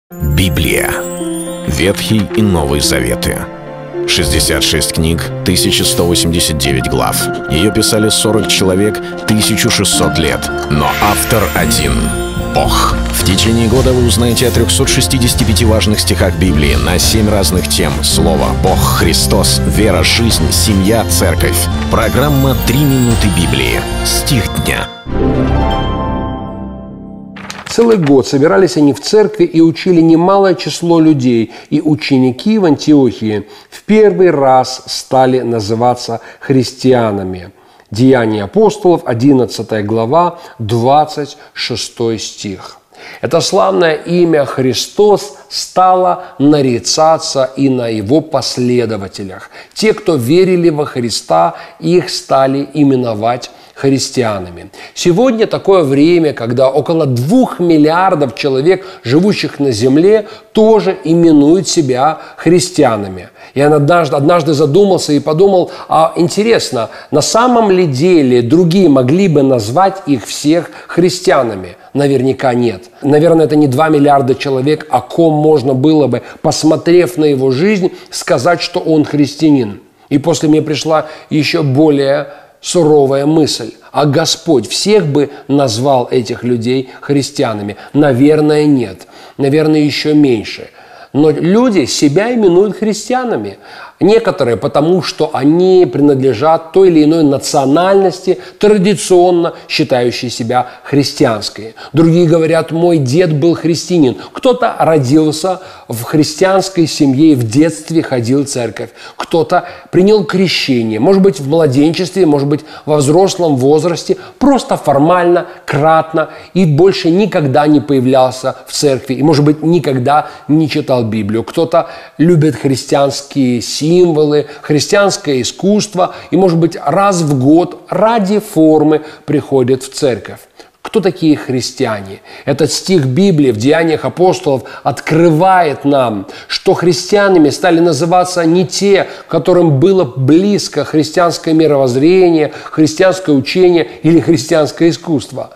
Библия. Ветхий и Новый Заветы. 66 книг, 1189 глав. Ее писали 40 человек, 1600 лет. Но автор один — Бог. В течение года вы узнаете о 365 важных стихах Библии на 7 разных тем. Слово, Бог, Христос, вера, жизнь, семья, церковь. Программа «3 минуты Библии». Стих дня. Целый год собирались они в церкви и учили немалое число людей, и ученики в Антиохии в первый раз стали называться христианами. Деяния апостолов, 11 глава, 26 стих. Это славное имя Христос стало нарицаться и на его последователях. Те, кто верили во Христа, их стали именовать христианами. Сегодня такое время, когда около 2 миллиардов человек, живущих на земле, тоже именуют себя христианами. Я однажды задумался и подумал, интересно, на самом ли деле другие могли бы назвать их всех христианами? Наверняка нет. Наверное, это не 2 миллиарда человек, о ком можно было бы, посмотрев на его жизнь, сказать, что он христианин. И после мне пришла еще более суровая мысль. А Господь всех бы назвал этих людей христианами? Наверное, нет. Наверное, еще меньше. Но люди себя именуют христианами. Некоторые потому, что они принадлежат той или иной национальности, традиционно считающей себя христианской. Другие говорят, мой дед был христианин. Кто-то родился в христианской семье и в детстве ходил в церковь. Кто-то принял крещение, может быть, в младенчестве, может быть, во взрослом возрасте, просто формально, кратно, и больше никогда не появлялся в церкви, и, может быть, никогда не читал Библию. Кто-то любит христианские символы, христианское искусство и, может быть, раз в год ради формы приходит в церковь. Кто такие христиане? Этот стих Библии в Деяниях апостолов открывает нам, что христианами стали называться не те, которым было близко христианское мировоззрение, христианское учение или христианское искусство.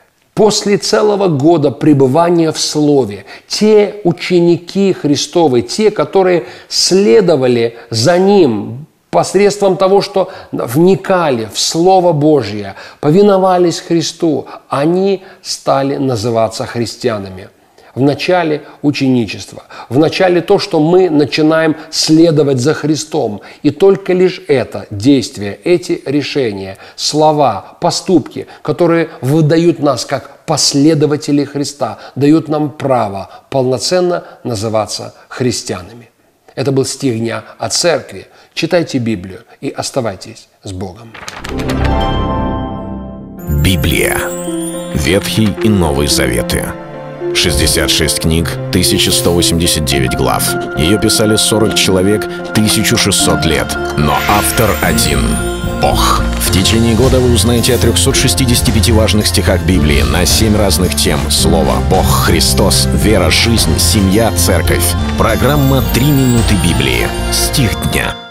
После целого года пребывания в Слове, те ученики Христовы, те, которые следовали за Ним посредством того, что вникали в Слово Божье, повиновались Христу, они стали называться христианами. В начале ученичества, в начале то, что мы начинаем следовать за Христом. И только лишь это действие, эти решения, слова, поступки, которые выдают нас как последователи Христа, дают нам право полноценно называться христианами. Это был стих дня о церкви. Читайте Библию и оставайтесь с Богом. Библия. Ветхий и Новый Заветы. 66 книг, 1189 глав. Ее писали 40 человек, 1600 лет. Но автор один — Бог. В течение года вы узнаете о 365 важных стихах Библии на 7 разных тем. Слово, Бог, Христос, вера, жизнь, семья, церковь. Программа «3 минуты Библии». Стих дня.